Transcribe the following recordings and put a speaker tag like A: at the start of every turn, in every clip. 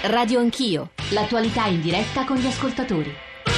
A: Radio Anch'io, l'attualità in diretta con gli ascoltatori.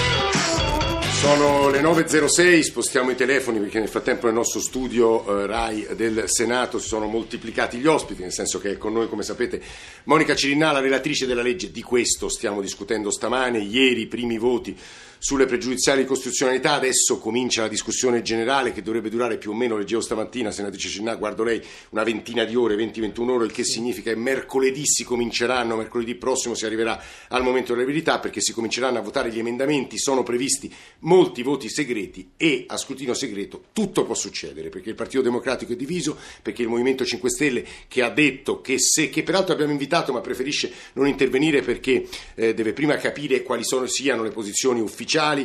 B: Sono le 9.06, spostiamo i telefoni perché nel frattempo nel nostro studio RAI del Senato si sono moltiplicati gli ospiti, nel senso che è con noi, come sapete, Monica Cirinnà, la relatrice della legge. Di questo stiamo discutendo stamane. Ieri i primi voti sulle pregiudiziali di costituzionalità, adesso comincia la discussione generale che dovrebbe durare più o meno, leggevo stamattina, senatrice Cirinnà, guardo lei, una ventina di ore, 20-21 ore, il che significa che mercoledì si cominceranno, mercoledì prossimo si arriverà al momento della verità, perché si cominceranno a votare gli emendamenti, sono previsti molti voti segreti e a scrutinio segreto tutto può succedere, perché il Partito Democratico è diviso, perché il Movimento 5 Stelle che ha detto che peraltro abbiamo invitato ma preferisce non intervenire perché deve prima capire quali siano le posizioni ufficiali,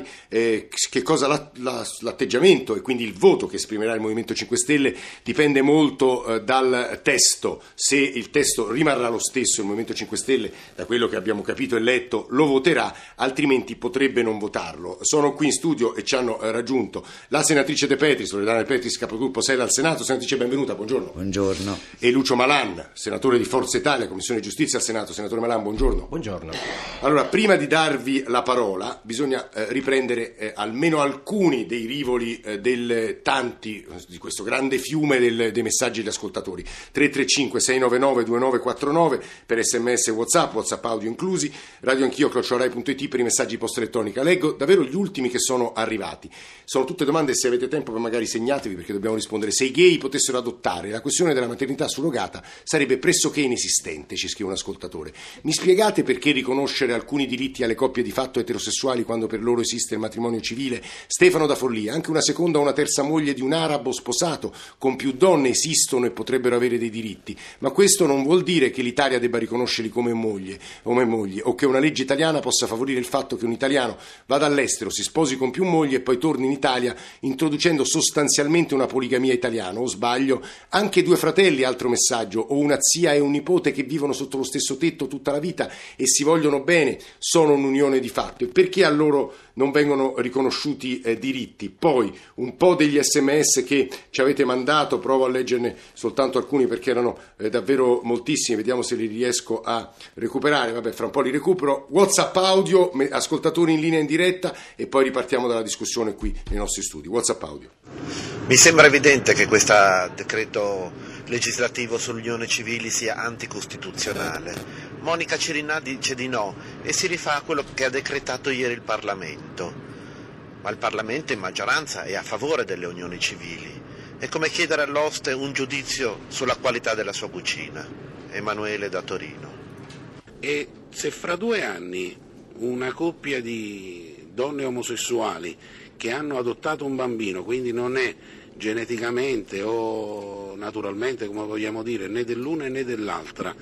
B: che cosa l'atteggiamento e quindi il voto che esprimerà il Movimento 5 Stelle dipende molto dal testo. Se il testo rimarrà lo stesso, il Movimento 5 Stelle, da quello che abbiamo capito e letto, lo voterà, altrimenti potrebbe non votarlo. Sono qui in studio e ci hanno raggiunto la senatrice De Petris, Loredana De Petris, capogruppo SEL al Senato. Senatrice, benvenuta, buongiorno.
C: Buongiorno.
B: E Lucio Malan, senatore di Forza Italia, Commissione Giustizia al Senato. Senatore Malan, buongiorno.
D: Buongiorno.
B: Allora, prima di darvi la parola, bisogna riprendere almeno alcuni dei rivoli del tanti di questo grande fiume dei messaggi degli ascoltatori. 335 699 2949 per SMS e WhatsApp audio inclusi, radioanchio@rai.it per i messaggi posta elettronica. Leggo davvero gli ultimi che sono arrivati. Sono tutte domande, se avete tempo magari segnatevi perché dobbiamo rispondere. Se i gay potessero adottare, la questione della maternità surrogata sarebbe pressoché inesistente, ci scrive un ascoltatore. Mi spiegate perché riconoscere alcuni diritti alle coppie di fatto eterosessuali quando per loro esiste il matrimonio civile? Stefano da Forlì, anche una seconda o una terza moglie di un arabo sposato con più donne esistono e potrebbero avere dei diritti, ma questo non vuol dire che l'Italia debba riconoscerli come mogli o che una legge italiana possa favorire il fatto che un italiano vada all'estero, si sposi con più mogli e poi torni in Italia introducendo sostanzialmente una poligamia italiana. O sbaglio? Anche due fratelli, altro messaggio, o una zia e un nipote che vivono sotto lo stesso tetto tutta la vita e si vogliono bene, sono un'unione di fatto. E perché a loro non vengono riconosciuti diritti? Poi un po' degli SMS che ci avete mandato, provo a leggerne soltanto alcuni perché erano davvero moltissimi, vediamo se li riesco a recuperare. Fra un po' li recupero. WhatsApp audio, ascoltatori in linea in diretta, e poi ripartiamo dalla discussione qui nei nostri studi. WhatsApp audio.
C: Mi sembra evidente che questo decreto legislativo sull'unione civili sia anticostituzionale. Monica Cirinnà dice di no e si rifà a quello che ha decretato ieri il Parlamento. Ma il Parlamento in maggioranza è a favore delle unioni civili. È come chiedere all'oste un giudizio sulla qualità della sua cucina. Emanuele da Torino.
E: E se fra 2 anni una coppia di donne omosessuali che hanno adottato un bambino, quindi non è geneticamente o naturalmente, come vogliamo dire, né dell'una né dell'altra,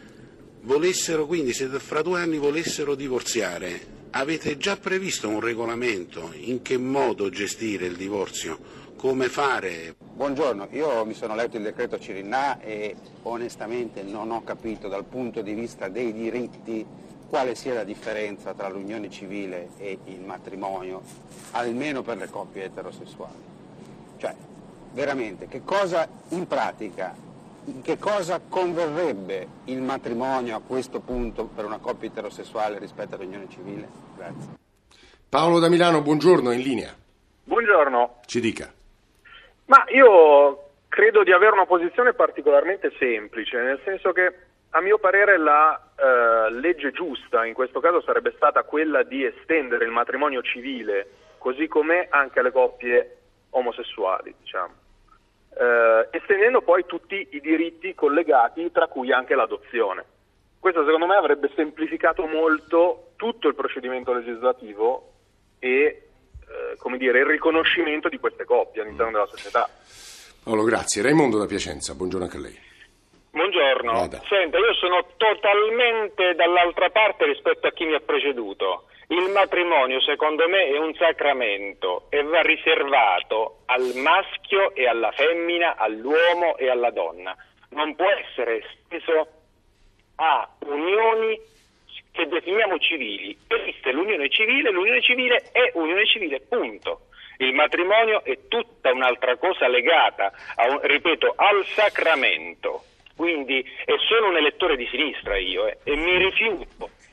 E: se fra 2 anni volessero divorziare, avete già previsto un regolamento in che modo gestire il divorzio? Come fare?
F: Buongiorno, io mi sono letto il decreto Cirinnà e onestamente non ho capito dal punto di vista dei diritti quale sia la differenza tra l'unione civile e il matrimonio, almeno per le coppie eterosessuali. Cioè, veramente, che cosa in pratica, in che cosa converrebbe il matrimonio a questo punto per una coppia eterosessuale rispetto all'unione civile? Grazie.
B: Paolo da Milano, buongiorno, in linea.
G: Buongiorno.
B: Ci dica.
G: Ma io credo di avere una posizione particolarmente semplice, nel senso che a mio parere la legge giusta in questo caso sarebbe stata quella di estendere il matrimonio civile così com'è anche alle coppie omosessuali, diciamo, estendendo poi tutti i diritti collegati, tra cui anche l'adozione. Questo secondo me avrebbe semplificato molto tutto il procedimento legislativo e il riconoscimento di queste coppie all'interno della società.
B: Paolo, grazie. Raimondo da Piacenza, buongiorno anche a lei.
H: Buongiorno.
B: Vada.
H: Senta, io sono totalmente dall'altra parte rispetto a chi mi ha preceduto. Il matrimonio, secondo me, è un sacramento e va riservato al maschio e alla femmina, all'uomo e alla donna. Non può essere esteso a unioni che definiamo civili. Esiste l'unione civile è unione civile, punto. Il matrimonio è tutta un'altra cosa legata, al sacramento. Quindi sono un elettore di sinistra io e mi rifiuto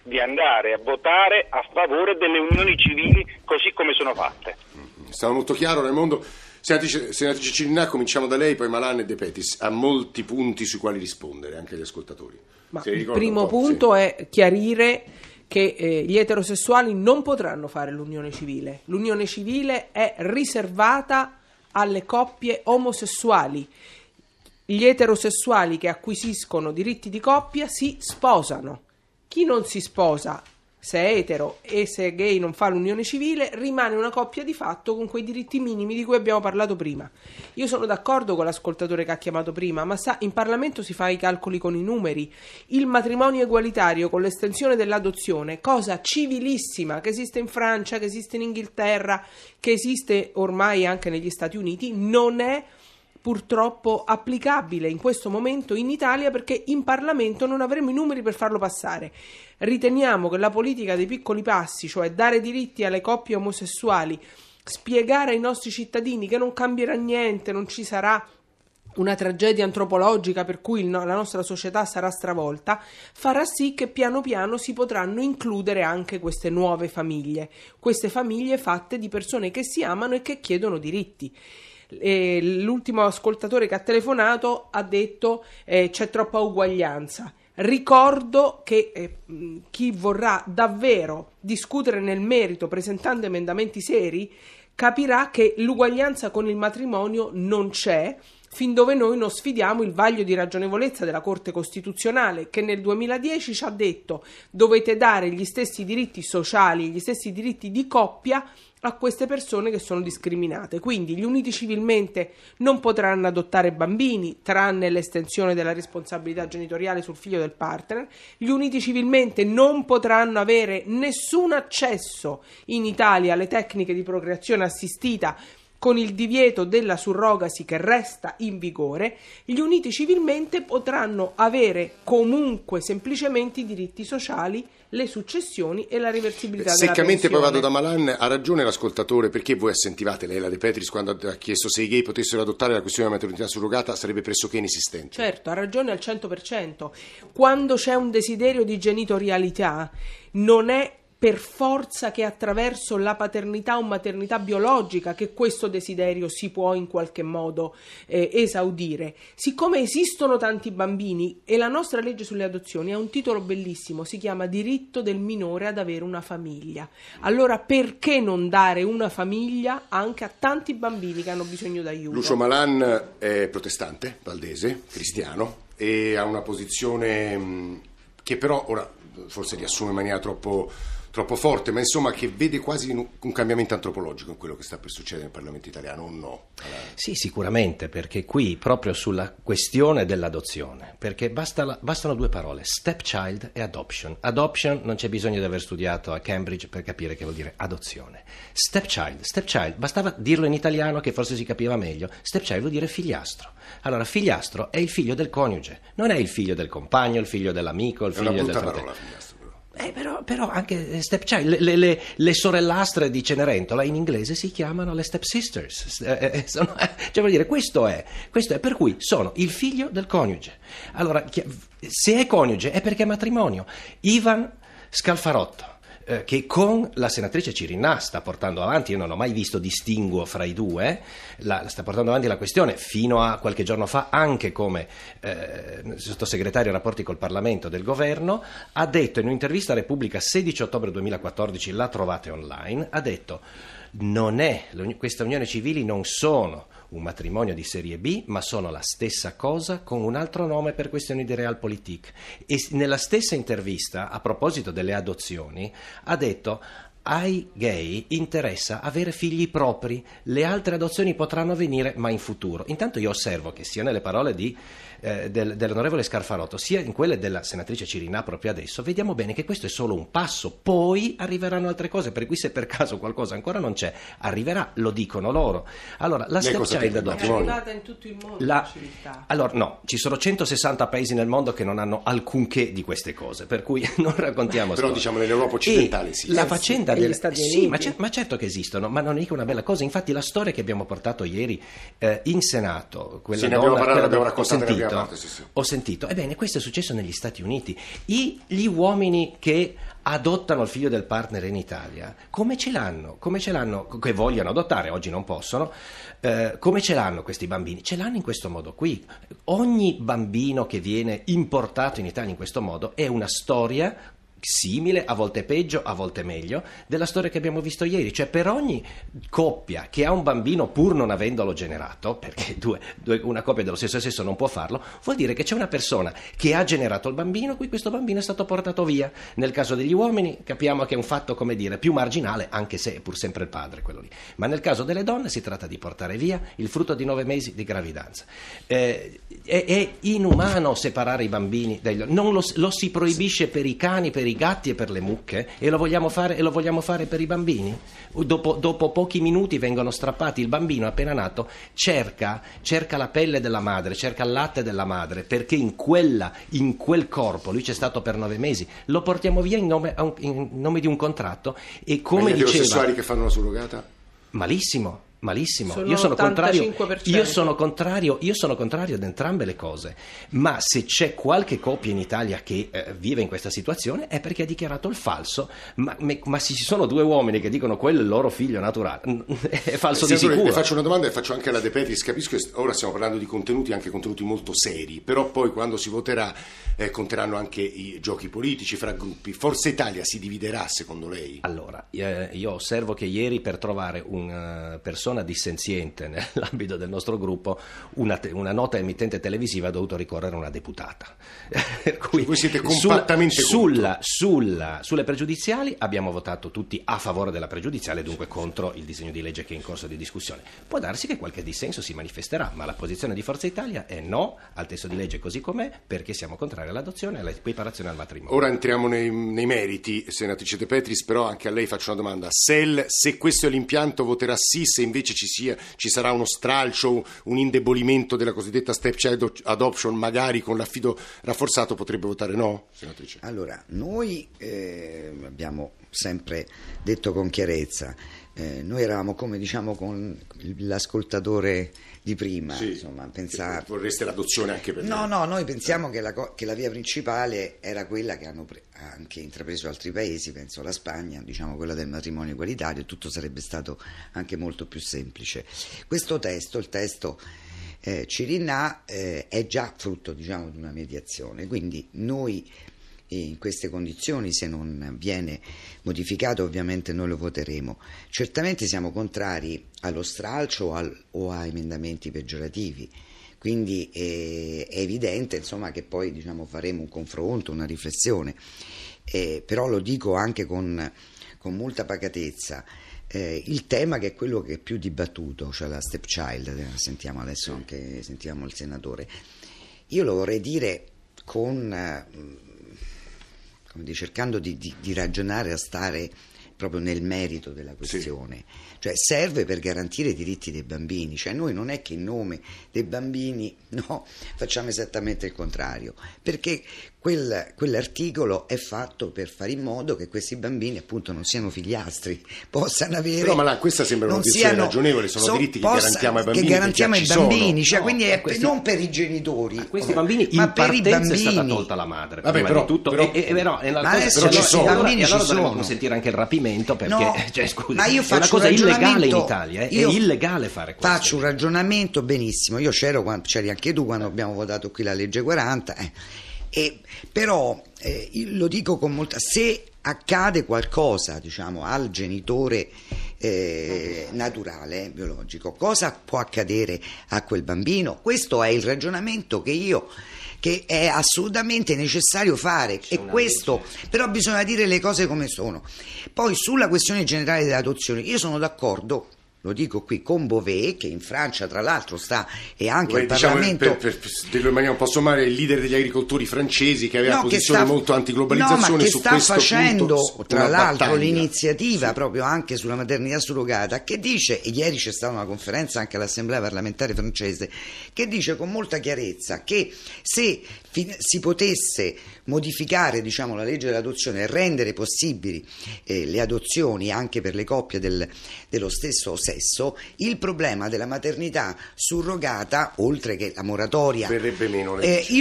H: di andare a votare a favore delle unioni civili così come sono fatte.
B: Stava molto chiaro nel mondo. Senatrice Cirinnà, cominciamo da lei, poi Malan e De Petris. Ha molti punti sui quali rispondere anche agli ascoltatori.
D: Ma il primo punto è chiarire che gli eterosessuali non potranno fare l'unione civile. L'unione civile è riservata alle coppie omosessuali. Gli eterosessuali che acquisiscono diritti di coppia si sposano. Chi non si sposa, se è etero e se è gay non fa l'unione civile, rimane una coppia di fatto con quei diritti minimi di cui abbiamo parlato prima. Io sono d'accordo con l'ascoltatore che ha chiamato prima, ma in Parlamento si fa i calcoli con i numeri. Il matrimonio egualitario con l'estensione dell'adozione, cosa civilissima che esiste in Francia, che esiste in Inghilterra, che esiste ormai anche negli Stati Uniti, non è purtroppo applicabile in questo momento in Italia, perché in Parlamento non avremo i numeri per farlo passare. Riteniamo che la politica dei piccoli passi, cioè dare diritti alle coppie omosessuali, spiegare ai nostri cittadini che non cambierà niente, non ci sarà una tragedia antropologica per cui la nostra società sarà stravolta, farà sì che piano piano si potranno includere anche queste nuove famiglie, queste famiglie fatte di persone che si amano e che chiedono diritti. L'ultimo ascoltatore che ha telefonato ha detto c'è troppa uguaglianza. Ricordo che chi vorrà davvero discutere nel merito presentando emendamenti seri capirà che l'uguaglianza con il matrimonio non c'è, fin dove noi non sfidiamo il vaglio di ragionevolezza della Corte Costituzionale, che nel 2010 ci ha detto: dovete dare gli stessi diritti sociali, gli stessi diritti di coppia a queste persone che sono discriminate. Quindi gli uniti civilmente non potranno adottare bambini, tranne l'estensione della responsabilità genitoriale sul figlio del partner. Gli uniti civilmente non potranno avere nessun accesso in Italia alle tecniche di procreazione assistita, con il divieto della surrogasi che resta in vigore. Gli uniti civilmente potranno avere comunque semplicemente i diritti sociali, le successioni e la reversibilità della
B: Seccamente
D: pensione.
B: poi vado da Malan. Ha ragione l'ascoltatore, perché voi assentivate, lei, la De Petris, quando ha chiesto se i gay potessero adottare, la questione della maternità surrogata sarebbe pressoché inesistente.
D: Certo, ha ragione al 100%. Quando c'è un desiderio di genitorialità, non è per forza che attraverso la paternità o maternità biologica che questo desiderio si può in qualche modo esaudire. Siccome esistono tanti bambini, e la nostra legge sulle adozioni ha un titolo bellissimo, si chiama Diritto del minore ad avere una famiglia. Allora perché non dare una famiglia anche a tanti bambini che hanno bisogno d'aiuto?
B: Lucio Malan è protestante, valdese, cristiano, e ha una posizione che però ora forse riassume in maniera troppo forte, ma insomma che vede quasi un cambiamento antropologico in quello che sta per succedere nel Parlamento italiano, o no?
I: Sì, sicuramente, perché qui proprio sulla questione dell'adozione, perché bastano due parole: stepchild e adoption. Adoption non c'è bisogno di aver studiato a Cambridge per capire che vuol dire adozione. Stepchild, bastava dirlo in italiano che forse si capiva meglio. Stepchild vuol dire figliastro. Allora, figliastro è il figlio del coniuge, non è il figlio del compagno, il figlio dell'amico, il figlio del fratello.
B: Parola, figliastro.
I: Però anche stepchild, le sorellastre di Cenerentola in inglese si chiamano le stepsisters, cioè vuol dire questo è, per cui sono il figlio del coniuge. Allora, se è coniuge è perché è matrimonio. Ivan Scalfarotto, che con la senatrice Cirinnà sta portando avanti, io non ho mai visto distinguo fra i due, sta portando avanti la questione fino a qualche giorno fa anche come sottosegretario ai rapporti col Parlamento del governo, ha detto in un'intervista a Repubblica 16 ottobre 2014, la trovate online, ha detto: queste unioni civili non sono un matrimonio di serie B, ma sono la stessa cosa con un altro nome per questioni di realpolitik. E nella stessa intervista, a proposito delle adozioni, ha detto: ai gay interessa avere figli propri, le altre adozioni potranno avvenire ma in futuro. Intanto io osservo che sia nelle parole dell'onorevole Scalfarotto sia in quelle della senatrice Cirinnà proprio adesso vediamo bene che questo è solo un passo, poi arriveranno altre cose, per cui se per caso qualcosa ancora non c'è, arriverà, lo dicono loro. Allora la stepchild adoption
D: è arrivata in tutto il mondo
I: allora no, ci sono 160 paesi nel mondo che non hanno alcunché di queste cose, per cui non raccontiamo
B: però
I: storie.
B: Diciamo nell'Europa occidentale sì.
I: La faccenda
D: degli Stati Uniti.
I: sì, ma certo che esistono, ma non è mica una bella cosa. Infatti la storia che abbiamo portato ieri in Senato, quella
B: sì,
I: donna,
B: abbiamo raccontato,
I: ho sentito, ebbene, questo è successo negli Stati Uniti. Gli uomini che adottano il figlio del partner in Italia, come ce l'hanno, che vogliono adottare, oggi non possono, come ce l'hanno questi bambini? Ce l'hanno in questo modo qui. Ogni bambino che viene importato in Italia in questo modo è una storia simile, a volte peggio, a volte meglio, della storia che abbiamo visto ieri. Cioè, per ogni coppia che ha un bambino pur non avendolo generato, perché una coppia dello stesso sesso non può farlo, vuol dire che c'è una persona che ha generato il bambino, qui questo bambino è stato portato via. Nel caso degli uomini capiamo che è un fatto, come dire, più marginale, anche se è pur sempre il padre quello lì. Ma nel caso delle donne si tratta di portare via il frutto di 9 mesi di gravidanza. È inumano separare i bambini non lo si proibisce per i cani, per i gatti e per le mucche, e lo vogliamo fare per i bambini? Dopo pochi minuti vengono strappati. Il bambino appena nato cerca la pelle della madre, cerca il latte della madre, perché in quel corpo lui c'è stato per 9 mesi. Lo portiamo via in nome di un contratto. E come
B: gli eterosessuali che fanno la surrogata?
I: Malissimo.
D: Sono
I: Io sono contrario.
D: 85%.
I: Io sono contrario ad entrambe le cose. Ma se c'è qualche coppia in Italia che vive in questa situazione è perché ha dichiarato il falso. Ma se ci sono 2 uomini che dicono quello è il loro figlio naturale, è falso di sicuro.
B: Le faccio una domanda e faccio anche alla De Petris. Capisco che ora stiamo parlando di contenuti, anche contenuti molto seri, però poi quando si voterà conteranno anche i giochi politici fra gruppi. Forza Italia si dividerà, secondo lei?
I: Allora, io osservo che ieri, per trovare una persona dissenziente nell'ambito del nostro gruppo, una nota emittente televisiva ha dovuto ricorrere a una deputata. Per cui
B: voi siete compattamente
I: sulle pregiudiziali abbiamo votato tutti a favore della pregiudiziale, dunque contro il disegno di legge che è in corso di discussione. Può darsi che qualche dissenso si manifesterà, ma la posizione di Forza Italia è no al testo di legge così com'è, perché siamo contrari all'adozione e all'equiparazione al matrimonio.
B: Ora entriamo nei meriti, senatrice De Petris, però anche a lei faccio una domanda. Se questo è l'impianto, voterà sì; se invece ci sarà uno stralcio, un indebolimento della cosiddetta stepchild adoption, magari con l'affido rafforzato, potrebbe votare no, senatrice?
J: Allora, noi abbiamo sempre detto con chiarezza, noi eravamo come, diciamo, con l'ascoltatore di prima,
B: sì,
J: insomma,
B: vorreste l'adozione anche per
J: no, noi pensiamo che la via principale era quella che hanno anche intrapreso altri paesi, penso alla Spagna, diciamo quella del matrimonio egualitario, e tutto sarebbe stato anche molto più semplice. Questo testo, il testo Cirinnà, è già frutto, diciamo, di una mediazione, quindi noi in queste condizioni, se non viene modificato, ovviamente noi lo voteremo. Certamente siamo contrari allo stralcio o a emendamenti peggiorativi, quindi è evidente, insomma, che poi, diciamo, faremo un confronto, una riflessione, però lo dico anche con molta pacatezza. Il tema che è quello che è più dibattuto, cioè la stepchild, sentiamo adesso anche, sentiamo il senatore, io lo vorrei dire cercando di ragionare, a stare proprio nel merito della questione. Sì. Cioè, serve per garantire i diritti dei bambini. Cioè, noi non è che in nome dei bambini facciamo esattamente il contrario, perché quell'articolo è fatto per fare in modo che questi bambini, appunto, non siano figliastri, possano avere.
B: Però, ma questa sembra una posizione ragionevole, sono diritti che garantiamo ai bambini.
J: Che garantiamo ai bambini, cioè, quindi è
I: questi,
J: non per i genitori.
I: Questi bambini, ma in per i bambini è stata tolta la madre.
B: Vabbè, però,
I: di tutto,
B: però
J: ci sono.
I: I bambini allora dovremmo consentire anche il rapimento, perché cioè, scusi,
J: ma io
I: è una cosa illegale in Italia, è illegale fare questo.
J: Faccio un ragionamento, benissimo. Io c'eri anche tu quando abbiamo votato qui la legge 40, però lo dico con molta, se accade qualcosa, diciamo, al genitore naturale, biologico, cosa può accadere a quel bambino? Questo è il ragionamento che è assolutamente necessario fare, e questo però bisogna dire le cose come sono. Poi sulla questione generale dell'adozione io sono d'accordo, lo dico qui, con Bové, che in Francia tra l'altro sta, e anche il Parlamento,
B: per dirlo in maniera un po' sommaria, il leader degli agricoltori francesi, che aveva posizione molto antiglobalizzazione,
J: ma che
B: su
J: sta
B: questo
J: facendo
B: punto,
J: tra l'altro l'iniziativa proprio anche sulla maternità surrogata, che dice, e ieri c'è stata una conferenza anche all'Assemblea parlamentare francese, che dice con molta chiarezza che se si potesse modificare, diciamo, la legge dell'adozione e rendere possibili le adozioni anche per le coppie dello stesso sesso, il problema della maternità surrogata, oltre che la moratoria,
B: verrebbe meno.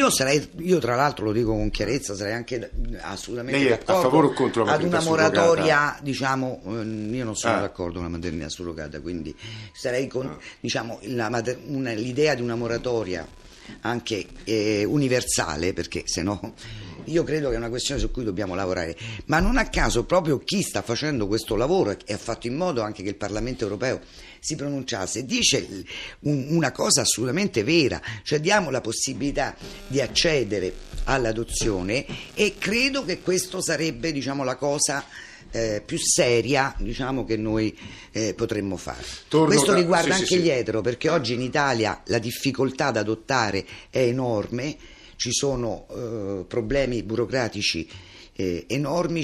J: Io tra l'altro lo dico con chiarezza, sarei anche assolutamente
B: Lei è
J: d'accordo
B: a favore o contro la
J: ad una
B: maternità
J: moratoria, diciamo, io non sono d'accordo con la maternità surrogata, quindi sarei con diciamo l'idea di una moratoria anche universale, perché se no io credo che è una questione su cui dobbiamo lavorare, ma non a caso proprio chi sta facendo questo lavoro e ha fatto in modo anche che il Parlamento europeo si pronunciasse dice una cosa assolutamente vera, cioè diamo la possibilità di accedere all'adozione, e credo che questo sarebbe, diciamo, la cosa più seria, diciamo, che noi potremmo fare. Questo riguarda anche gli etero, perché oggi in Italia la difficoltà ad adottare è enorme, ci sono problemi burocratici enormi,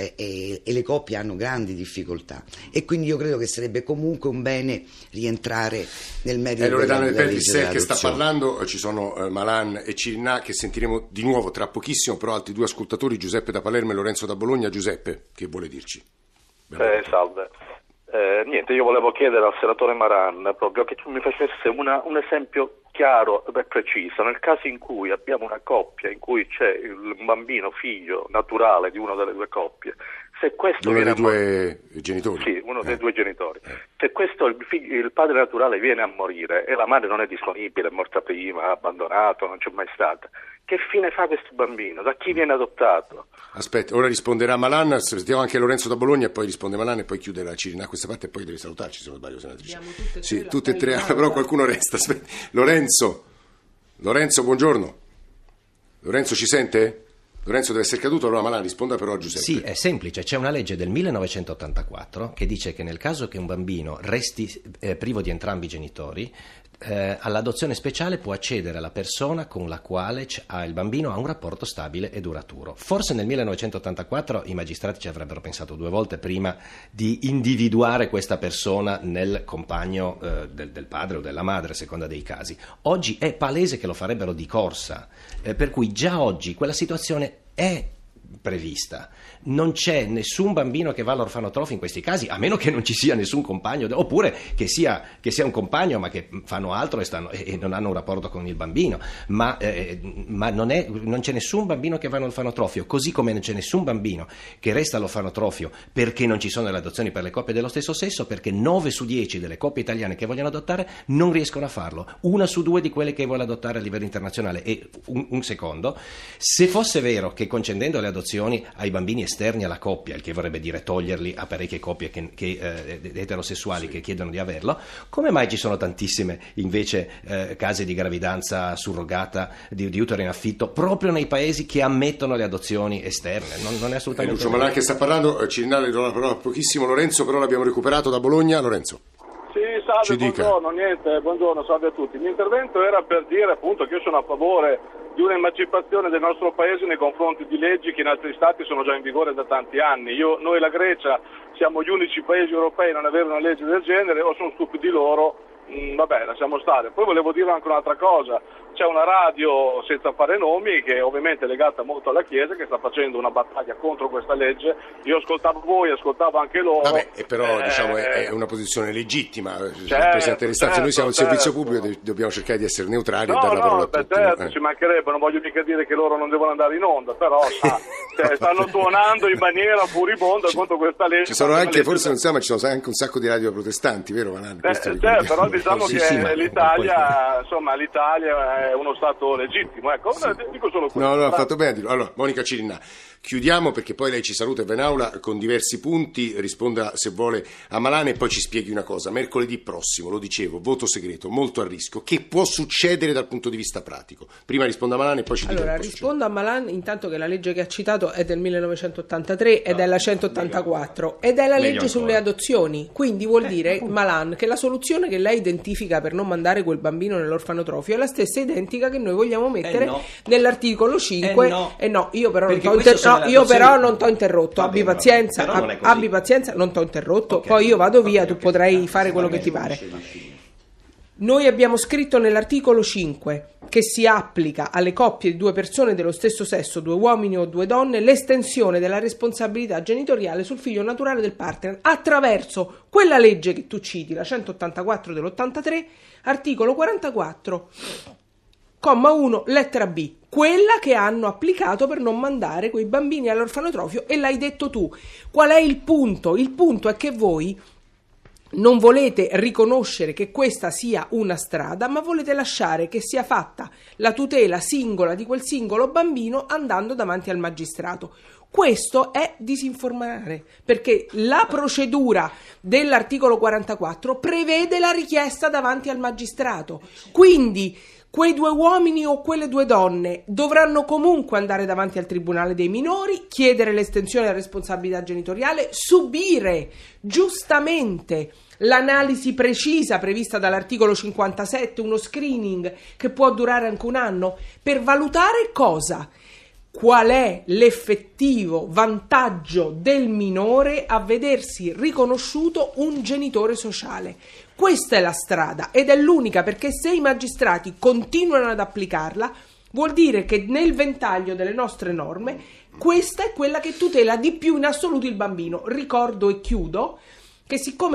J: e le coppie hanno grandi difficoltà, e quindi io credo che sarebbe comunque un bene rientrare nel merito della legge dell'adozione.
B: Che sta parlando, ci sono Malan e Cirinnà, che sentiremo di nuovo tra pochissimo, però altri due ascoltatori, Giuseppe da Palermo e Lorenzo da Bologna. Giuseppe, che vuole dirci?
K: Salve. Niente, io volevo chiedere al senatore Malan proprio che mi facesse un esempio chiaro e preciso. Nel caso in cui abbiamo una coppia in cui c'è un bambino figlio naturale di una delle due coppie, se questo
B: uno dei due genitori.
K: Sì, uno dei due genitori. Se questo il padre naturale viene a morire e la madre non è disponibile, è morta prima, abbandonato, non c'è mai stata, che fine fa questo bambino? Da chi viene adottato?
B: Aspetta, ora risponderà Malan, sentiamo anche Lorenzo da Bologna, e poi risponde Malan e poi chiude la Cirinnà questa parte, e poi deve salutarci, se non sbaglio, senatrice. Sì, tutte e tre, però qualcuno resta. Aspetta. Lorenzo, buongiorno. Lorenzo, ci sente? Lorenzo deve essere caduto, allora Malan risponda però a Giuseppe.
I: Sì, è semplice, c'è una legge del 1984 che dice che nel caso che un bambino resti privo di entrambi i genitori, all'adozione speciale può accedere la persona con la quale il bambino ha un rapporto stabile e duraturo. Forse nel 1984 i magistrati ci avrebbero pensato due volte prima di individuare questa persona nel compagno del padre o della madre, a seconda dei casi. Oggi è palese che lo farebbero di corsa, per cui già oggi quella situazione è prevista. Non c'è nessun bambino che va all'orfanotrofio in questi casi, a meno che non ci sia nessun compagno, oppure che sia un compagno ma che fanno altro e non hanno un rapporto con il bambino, ma non c'è nessun bambino che va all'orfanotrofio, così come non c'è nessun bambino che resta all'orfanotrofio perché non ci sono le adozioni per le coppie dello stesso sesso, perché 9 su 10 delle coppie italiane che vogliono adottare non riescono a farlo, 1 su 2 di quelle che vuole adottare a livello internazionale. E un secondo, se fosse vero che concedendo le adozioni ai bambini esterni alla coppia, il che vorrebbe dire toglierli a parecchie coppie eterosessuali che chiedono di averlo, come mai ci sono tantissime invece casi di gravidanza surrogata, di utero in affitto, proprio nei paesi che ammettono le adozioni esterne? Non è assolutamente
B: Lucio Malan che sta parlando, Cirinnà le do la parola pochissimo. Lorenzo però l'abbiamo recuperato da Bologna. Lorenzo.
L: Sì, salve, buongiorno, salve a tutti. Il mio intervento era per dire appunto che io sono a favore di un'emancipazione del nostro paese nei confronti di leggi che in altri stati sono già in vigore da tanti anni. Noi e la Grecia siamo gli unici paesi europei a non avere una legge del genere, o sono stupidi loro, vabbè, lasciamo stare. Poi volevo dire anche un'altra cosa. C'è una radio, senza fare nomi, che ovviamente è legata molto alla Chiesa, che sta facendo una battaglia contro questa legge. Io ascoltavo voi, ascoltavo anche loro.
B: Vabbè, però diciamo è una posizione legittima. Presidente Restazzi, noi siamo un servizio pubblico, dobbiamo cercare di essere neutrali e dare la parola a tutti.
L: Certo, ci mancherebbe, non voglio mica dire che loro non devono andare in onda, però stanno tuonando in maniera furibonda contro questa legge.
B: Ci sono anche, forse non siamo, ci sono anche un sacco di radio protestanti, vero Malan?
L: Però diciamo che l'Italia, insomma, l'Italia è uno Stato legittimo, ecco, dico solo questo.
B: No, ha fatto bene a dirlo. Allora, Monica Cirinnà, chiudiamo perché poi lei ci saluta e va in aula con diversi punti, risponda se vuole a Malan e poi ci spieghi una cosa. Mercoledì prossimo, lo dicevo, voto segreto, molto a rischio. Che può succedere dal punto di vista pratico? Prima risponda a Malan e poi ci dica.
D: Allora, rispondo a Malan intanto che la legge che ha citato è del 1983 ed è la 184 ed è la legge sulle adozioni, quindi vuol dire, Malan, che la soluzione che lei identifica per non mandare quel bambino nell'orfanotrofio è la stessa identica che noi vogliamo mettere nell'articolo 5 io però non t'ho interrotto, abbi pazienza, non t'ho interrotto, poi io vado via, tu potrai fare quello che ti pare. Noi abbiamo scritto nell'articolo 5 che si applica alle coppie di due persone dello stesso sesso, 2 uomini o 2 donne, l'estensione della responsabilità genitoriale sul figlio naturale del partner attraverso quella legge che tu citi, la 184 dell'83, articolo 44, comma 1, lettera B, quella che hanno applicato per non mandare quei bambini all'orfanotrofio, e l'hai detto tu. Qual è il punto? Il punto è che voi non volete riconoscere che questa sia una strada, ma volete lasciare che sia fatta la tutela singola di quel singolo bambino andando davanti al magistrato. Questo è disinformare, perché la procedura dell'articolo 44 prevede la richiesta davanti al magistrato. Quindi quei 2 uomini o quelle 2 donne dovranno comunque andare davanti al tribunale dei minori, chiedere l'estensione della responsabilità genitoriale, subire giustamente l'analisi precisa prevista dall'articolo 57, uno screening che può durare anche un anno, per valutare cosa? Qual è l'effettivo vantaggio del minore a vedersi riconosciuto un genitore sociale. Questa è la strada ed è l'unica, perché se i magistrati continuano ad applicarla vuol dire che nel ventaglio delle nostre norme questa è quella che tutela di più in assoluto il bambino. Ricordo e chiudo che siccome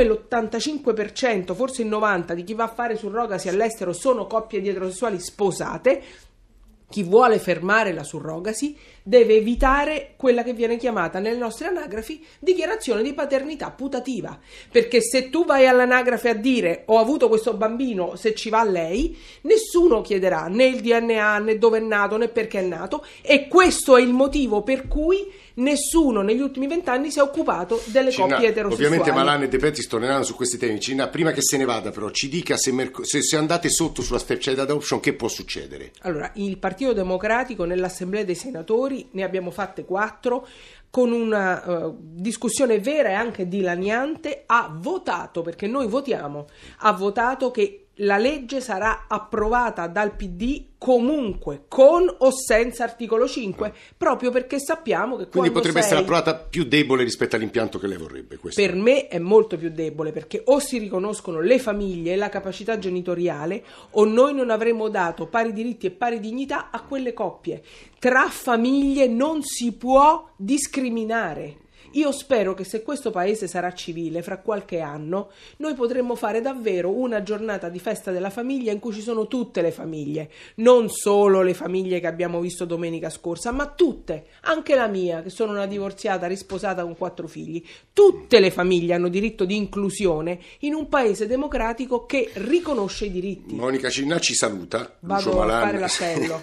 D: l'85%, forse il 90% di chi va a fare surrogasi all'estero sono coppie di eterosessuali sposate, chi vuole fermare la surrogasi deve evitare quella che viene chiamata nelle nostre anagrafi dichiarazione di paternità putativa, perché se tu vai all'anagrafe a dire ho avuto questo bambino, se ci va lei, nessuno chiederà né il DNA né dove è nato né perché è nato, e questo è il motivo per cui nessuno negli ultimi 20 anni si è occupato delle coppie eterosessuali. Ovviamente
B: Malan e De Petris torneranno su questi temi. Cinna, prima che se ne vada però ci dica se andate sotto sulla stepchild adoption che può succedere.
D: Allora, il Partito Democratico nell'Assemblea dei Senatori ne abbiamo fatte 4 con una discussione vera e anche dilaniante, ha votato, perché noi votiamo, ha votato che la legge sarà approvata dal PD comunque, con o senza articolo 5, proprio perché sappiamo che
B: quindi potrebbe essere approvata più debole rispetto all'impianto che lei vorrebbe. Questo.
D: Per me è molto più debole, perché o si riconoscono le famiglie e la capacità genitoriale, o noi non avremo dato pari diritti e pari dignità a quelle coppie. Tra famiglie non si può discriminare. Io spero che se questo paese sarà civile, fra qualche anno, noi potremmo fare davvero una giornata di festa della famiglia in cui ci sono tutte le famiglie, non solo le famiglie che abbiamo visto domenica scorsa, ma tutte, anche la mia, che sono una divorziata risposata con 4 figli. Tutte le famiglie hanno diritto di inclusione in un paese democratico che riconosce i diritti.
B: Monica Cirinnà ci saluta.
D: Vado a fare l'appello.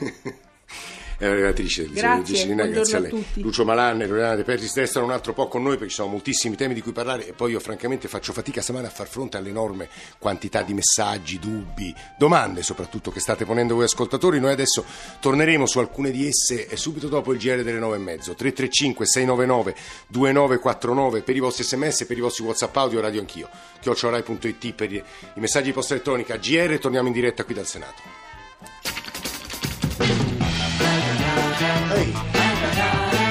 B: È la relatrice
D: grazie a lei. Tutti.
B: Lucio Malan e Loredana De Petris restano un altro po' con noi perché ci sono moltissimi temi di cui parlare, e poi io francamente faccio fatica stamane a far fronte all'enorme quantità di messaggi, dubbi, domande soprattutto che state ponendo voi ascoltatori. Noi adesso torneremo su alcune di esse subito dopo il GR delle 9:30. 335 699 2949 per i vostri sms, per i vostri WhatsApp audio, radio anch'io @rai.it per i messaggi di posta elettronica. GR, torniamo in diretta qui dal Senato. Hey.